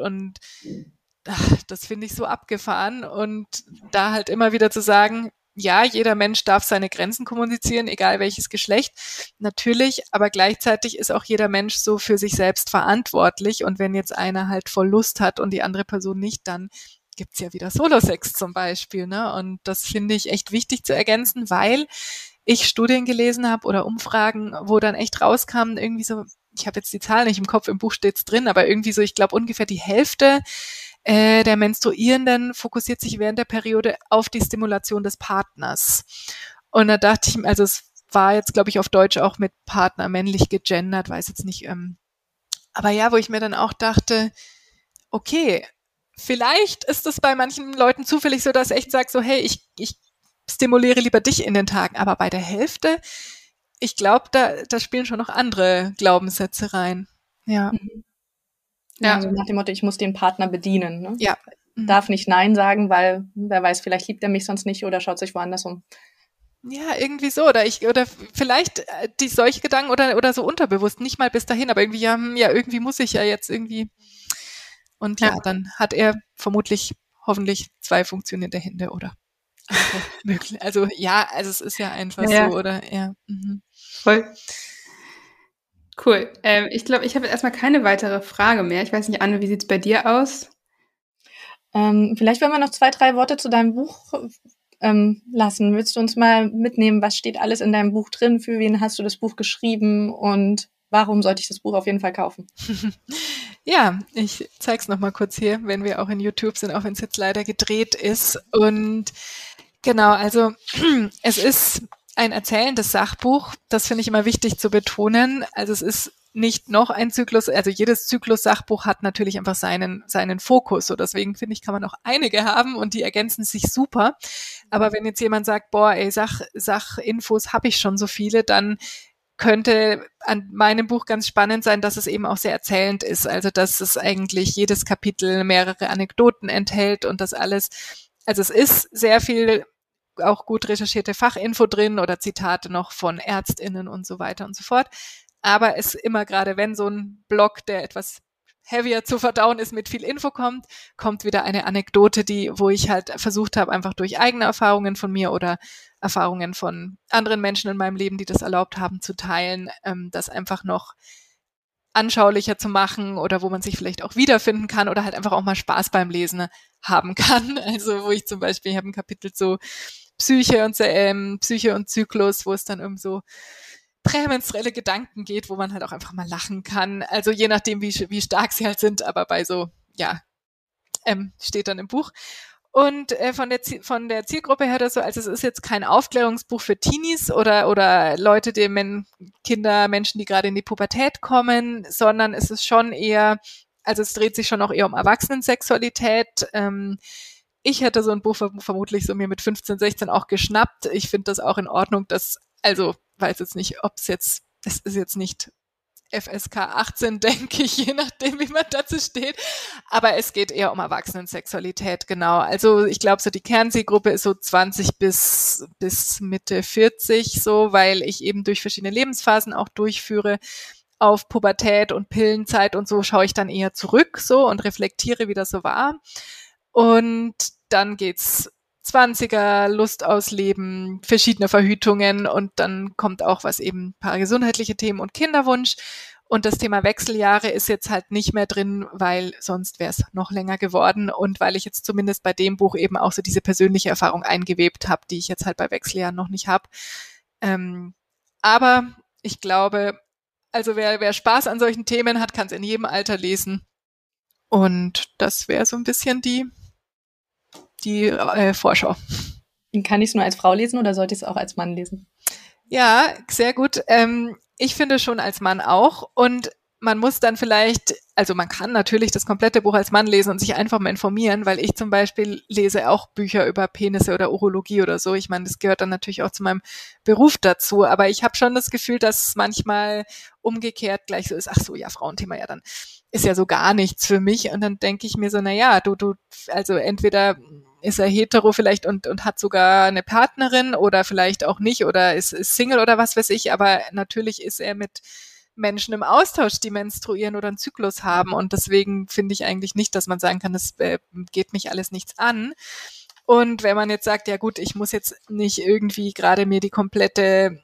das finde ich so abgefahren und da halt immer wieder zu sagen, ja, jeder Mensch darf seine Grenzen kommunizieren, egal welches Geschlecht, natürlich, aber gleichzeitig ist auch jeder Mensch so für sich selbst verantwortlich und wenn jetzt einer halt voll Lust hat und die andere Person nicht, dann gibt's ja wieder Solo-Sex zum Beispiel, ne? Und das finde ich echt wichtig zu ergänzen, weil ich Studien gelesen habe oder Umfragen, wo dann echt rauskam, irgendwie so, ich habe jetzt die Zahl nicht im Kopf, im Buch steht's drin, aber irgendwie so, ich glaube ungefähr die Hälfte der Menstruierenden fokussiert sich während der Periode auf die Stimulation des Partners. Und da dachte ich, also es war jetzt, glaube ich, auf Deutsch auch mit Partner männlich gegendert, weiß jetzt nicht, aber ja, wo ich mir dann auch dachte, okay, vielleicht ist es bei manchen Leuten zufällig so, dass ich echt sage so, hey, ich stimuliere lieber dich in den Tagen, aber bei der Hälfte, ich glaube, da spielen schon noch andere Glaubenssätze rein. Ja. Ja, also nach dem Motto, ich muss den Partner bedienen. Ne? Ja. Darf nicht Nein sagen, weil wer weiß, vielleicht liebt er mich sonst nicht oder schaut sich woanders um. Ja, irgendwie so. Oder vielleicht solche Gedanken oder so unterbewusst, nicht mal bis dahin, aber irgendwie, ja, irgendwie muss ich ja jetzt irgendwie. Und ja, dann hat er vermutlich, hoffentlich 2 funktionierende Hände oder möglich. Also ja, also es ist ja einfach so, oder? Ja. Voll. Cool. Ich glaube, ich habe jetzt erstmal keine weitere Frage mehr. Ich weiß nicht, Anne, wie sieht's bei dir aus? Vielleicht wollen wir noch 2, 3 Worte zu deinem Buch lassen. Willst du uns mal mitnehmen, was steht alles in deinem Buch drin? Für wen hast du das Buch geschrieben und warum sollte ich das Buch auf jeden Fall kaufen? Ja, ich zeig's noch mal kurz hier, wenn wir auch in YouTube sind, auch wenn es jetzt leider gedreht ist. Und genau, also ein erzählendes Sachbuch. Das finde ich immer wichtig zu betonen. Also es ist nicht noch ein Zyklus, also jedes Zyklus-Sachbuch hat natürlich einfach seinen Fokus. So deswegen finde ich, kann man auch einige haben und die ergänzen sich super. Aber wenn jetzt jemand sagt, boah, ey, Sachinfos habe ich schon so viele, dann könnte an meinem Buch ganz spannend sein, dass es eben auch sehr erzählend ist. Also dass es eigentlich jedes Kapitel mehrere Anekdoten enthält und das alles. Also es ist sehr viel auch gut recherchierte Fachinfo drin oder Zitate noch von ÄrztInnen und so weiter und so fort. Aber es immer gerade, wenn so ein Blog, der etwas heavier zu verdauen ist, mit viel Info kommt wieder eine Anekdote, wo ich halt versucht habe, einfach durch eigene Erfahrungen von mir oder Erfahrungen von anderen Menschen in meinem Leben, die das erlaubt haben, zu teilen, das einfach noch anschaulicher zu machen oder wo man sich vielleicht auch wiederfinden kann oder halt einfach auch mal Spaß beim Lesen haben kann. Also wo ich zum Beispiel, ich habe ein Kapitel zu Psyche und Zyklus, wo es dann so prämenstruelle Gedanken geht, wo man halt auch einfach mal lachen kann. Also je nachdem, wie stark sie halt sind, aber bei so, steht dann im Buch. Und von der Zielgruppe her oder so, also es ist jetzt kein Aufklärungsbuch für Teenies oder Leute, Menschen, die gerade in die Pubertät kommen, sondern es ist schon eher, also es dreht sich schon auch eher um Erwachsenensexualität. Ich hätte so ein Buch vermutlich so mir mit 15, 16 auch geschnappt. Ich finde das auch in Ordnung, weiß jetzt nicht, es ist jetzt nicht FSK 18, denke ich, je nachdem, wie man dazu steht. Aber es geht eher um Erwachsenensexualität, genau. Also ich glaube, so die Kernzielgruppe ist so 20 bis Mitte 40 so, weil ich eben durch verschiedene Lebensphasen auch durchführe. Auf Pubertät und Pillenzeit und so schaue ich dann eher zurück so und reflektiere, wie das so war. Und dann geht's 20er, Lust ausleben, verschiedene Verhütungen und dann kommt auch was eben ein paar gesundheitliche Themen und Kinderwunsch. Und das Thema Wechseljahre ist jetzt halt nicht mehr drin, weil sonst wäre es noch länger geworden und weil ich jetzt zumindest bei dem Buch eben auch so diese persönliche Erfahrung eingewebt habe, die ich jetzt halt bei Wechseljahren noch nicht habe. Aber ich glaube, also wer Spaß an solchen Themen hat, kann es in jedem Alter lesen. Und das wäre so ein bisschen die Vorschau. Kann ich es nur als Frau lesen oder sollte ich es auch als Mann lesen? Ja, sehr gut. Ich finde schon als Mann auch. Und man muss dann vielleicht, also man kann natürlich das komplette Buch als Mann lesen und sich einfach mal informieren, weil ich zum Beispiel lese auch Bücher über Penisse oder Urologie oder so. Ich meine, das gehört dann natürlich auch zu meinem Beruf dazu. Aber ich habe schon das Gefühl, dass es manchmal umgekehrt gleich so ist, ach so, ja, Frauenthema, ja, dann ist ja so gar nichts für mich. Und dann denke ich mir so, also entweder ist er hetero vielleicht und hat sogar eine Partnerin oder vielleicht auch nicht oder ist Single oder was weiß ich, aber natürlich ist er mit Menschen im Austausch, die menstruieren oder einen Zyklus haben und deswegen finde ich eigentlich nicht, dass man sagen kann, das geht mich alles nichts an. Und wenn man jetzt sagt, ja gut, ich muss jetzt nicht irgendwie gerade mir die komplette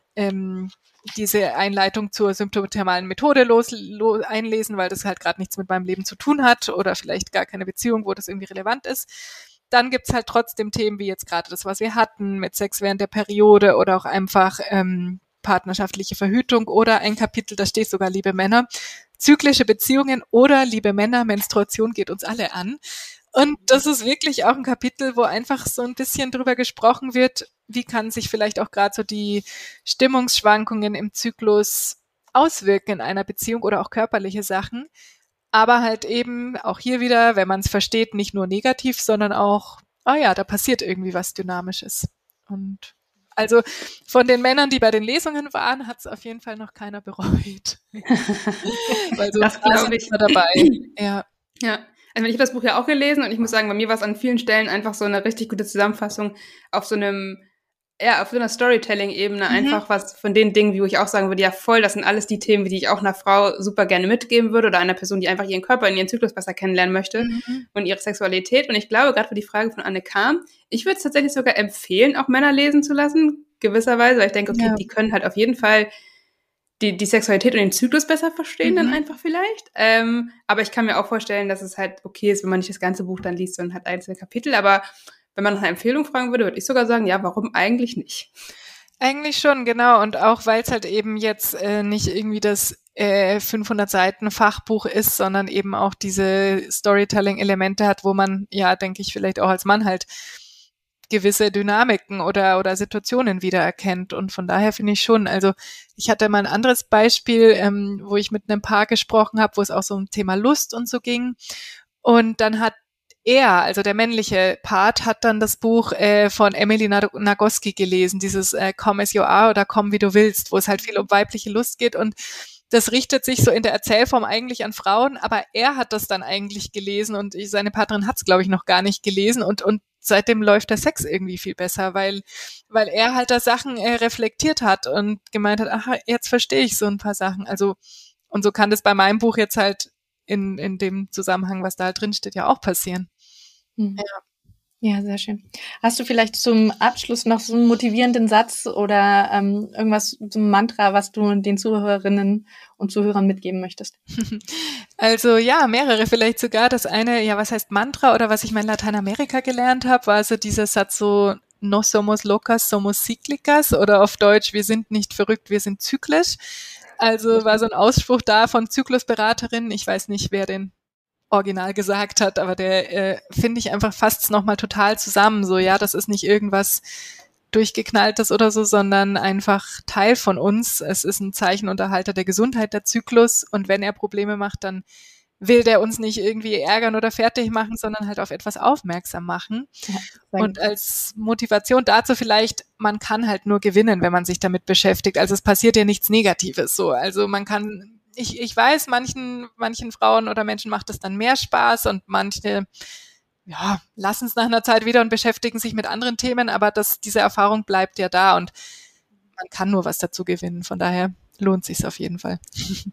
diese Einleitung zur symptothermalen Methode einlesen, weil das halt gerade nichts mit meinem Leben zu tun hat oder vielleicht gar keine Beziehung, wo das irgendwie relevant ist. Dann gibt's halt trotzdem Themen wie jetzt gerade das, was wir hatten, mit Sex während der Periode oder auch einfach partnerschaftliche Verhütung oder ein Kapitel, da steht sogar, liebe Männer, zyklische Beziehungen oder liebe Männer, Menstruation geht uns alle an. Und das ist wirklich auch ein Kapitel, wo einfach so ein bisschen drüber gesprochen wird, wie kann sich vielleicht auch gerade so die Stimmungsschwankungen im Zyklus auswirken in einer Beziehung oder auch körperliche Sachen. Aber halt eben auch hier wieder, wenn man es versteht, nicht nur negativ, sondern auch, da passiert irgendwie was Dynamisches. Und also von den Männern, die bei den Lesungen waren, hat es auf jeden Fall noch keiner bereut. Weil so das glaube ich dabei. Ja. Also ich habe das Buch ja auch gelesen und ich muss sagen, bei mir war es an vielen Stellen einfach so eine richtig gute Zusammenfassung auf so einer Storytelling-Ebene, einfach was von den Dingen, wo ich auch sagen würde, ja voll, das sind alles die Themen, die ich auch einer Frau super gerne mitgeben würde oder einer Person, die einfach ihren Körper und ihren Zyklus besser kennenlernen möchte und ihre Sexualität. Und ich glaube, gerade wo die Frage von Anne kam, ich würde es tatsächlich sogar empfehlen, auch Männer lesen zu lassen, gewisserweise, weil ich denke, okay, die können halt auf jeden Fall die Sexualität und den Zyklus besser verstehen dann einfach vielleicht. Aber ich kann mir auch vorstellen, dass es halt okay ist, wenn man nicht das ganze Buch dann liest, sondern hat einzelne Kapitel. Aber wenn man nach einer Empfehlung fragen würde ich sogar sagen, ja, warum eigentlich nicht? Eigentlich schon, genau. Und auch, weil es halt eben jetzt nicht irgendwie das 500 Seiten Fachbuch ist, sondern eben auch diese Storytelling-Elemente hat, wo man, ja, denke ich, vielleicht auch als Mann halt gewisse Dynamiken oder Situationen wiedererkennt. Und von daher finde ich schon, also ich hatte mal ein anderes Beispiel, wo ich mit einem Paar gesprochen habe, wo es auch so um Thema Lust und so ging. Und dann hat er, also der männliche Part, hat dann das Buch von Emily Nagoski gelesen, dieses Come as you are oder Komm wie du willst, wo es halt viel um weibliche Lust geht, und das richtet sich so in der Erzählform eigentlich an Frauen, aber er hat das dann eigentlich gelesen und seine Partnerin hat es, glaube ich, noch gar nicht gelesen, und seitdem läuft der Sex irgendwie viel besser, weil er halt da Sachen reflektiert hat und gemeint hat, ach, jetzt verstehe ich so ein paar Sachen. Also, und so kann das bei meinem Buch jetzt halt in dem Zusammenhang, was da halt drin steht, ja auch passieren. Mhm. Ja, sehr schön. Hast du vielleicht zum Abschluss noch so einen motivierenden Satz oder irgendwas, so ein Mantra, was du den Zuhörerinnen und Zuhörern mitgeben möchtest? Also ja, mehrere vielleicht sogar. Das eine, ja, was heißt Mantra oder was ich mal in Lateinamerika gelernt habe, war also dieser Satz so, no somos locas, somos cíclicas, oder auf Deutsch, wir sind nicht verrückt, wir sind zyklisch. Also war so ein Ausspruch da von Zyklusberaterinnen. Ich weiß nicht, wer den original gesagt hat, aber der finde ich einfach fasst nochmal total zusammen. So, ja, das ist nicht irgendwas Durchgeknalltes oder so, sondern einfach Teil von uns. Es ist ein Zeichenunterhalter der Gesundheit, der Zyklus. Und wenn er Probleme macht, dann will der uns nicht irgendwie ärgern oder fertig machen, sondern halt auf etwas aufmerksam machen. Ja, und als Motivation dazu vielleicht, man kann halt nur gewinnen, wenn man sich damit beschäftigt. Also es passiert ja nichts Negatives so. Also man kann, ich weiß, manchen Frauen oder Menschen macht es dann mehr Spaß und manche, ja, lassen es nach einer Zeit wieder und beschäftigen sich mit anderen Themen, aber diese Erfahrung bleibt ja da und man kann nur was dazu gewinnen. Von daher lohnt sich's auf jeden Fall.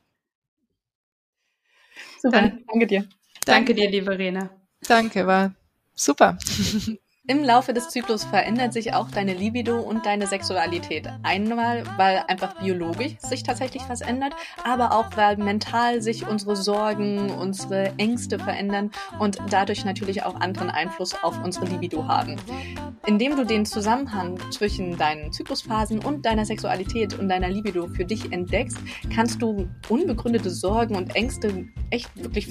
Super, danke dir. Danke dir, liebe Rena. Danke, war super. Im Laufe des Zyklus verändert sich auch deine Libido und deine Sexualität. Einmal, weil einfach biologisch sich tatsächlich was ändert, aber auch, weil mental sich unsere Sorgen, unsere Ängste verändern und dadurch natürlich auch anderen Einfluss auf unsere Libido haben. Indem du den Zusammenhang zwischen deinen Zyklusphasen und deiner Sexualität und deiner Libido für dich entdeckst, kannst du unbegründete Sorgen und Ängste echt wirklich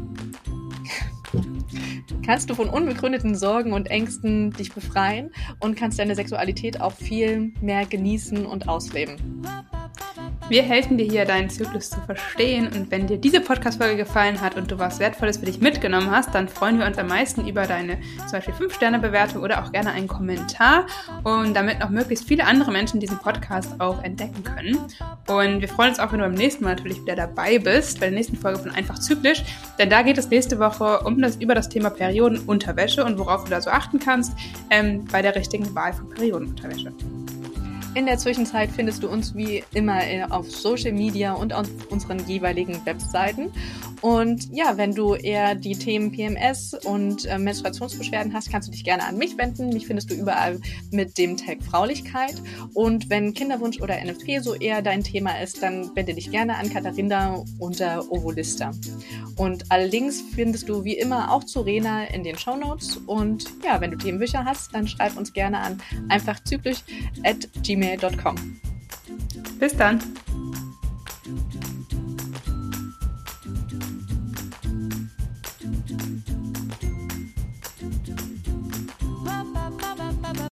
kannst du von unbegründeten Sorgen und Ängsten dich befreien und kannst deine Sexualität auch viel mehr genießen und ausleben. Wir helfen dir hier, deinen Zyklus zu verstehen, und wenn dir diese Podcast-Folge gefallen hat und du was Wertvolles für dich mitgenommen hast, dann freuen wir uns am meisten über deine zum Beispiel 5-Sterne-Bewertung oder auch gerne einen Kommentar, und damit noch möglichst viele andere Menschen diesen Podcast auch entdecken können. Und wir freuen uns auch, wenn du beim nächsten Mal natürlich wieder dabei bist, bei der nächsten Folge von Einfach Zyklisch, denn da geht es nächste Woche über das Thema Periodenunterwäsche und worauf du da so achten kannst bei der richtigen Wahl von Periodenunterwäsche. In der Zwischenzeit findest du uns wie immer auf Social Media und auf unseren jeweiligen Webseiten. Und ja, wenn du eher die Themen PMS und Menstruationsbeschwerden hast, kannst du dich gerne an mich wenden. Mich findest du überall mit dem Tag Fraulichkeit. Und wenn Kinderwunsch oder NFP so eher dein Thema ist, dann wende dich gerne an Katharina unter Ovolista. Und alle Links findest du wie immer auch zu Rena in den Shownotes. Und ja, wenn du Themenwünsche hast, dann schreib uns gerne an einfachzyklisch@gmail.com. Bis dann!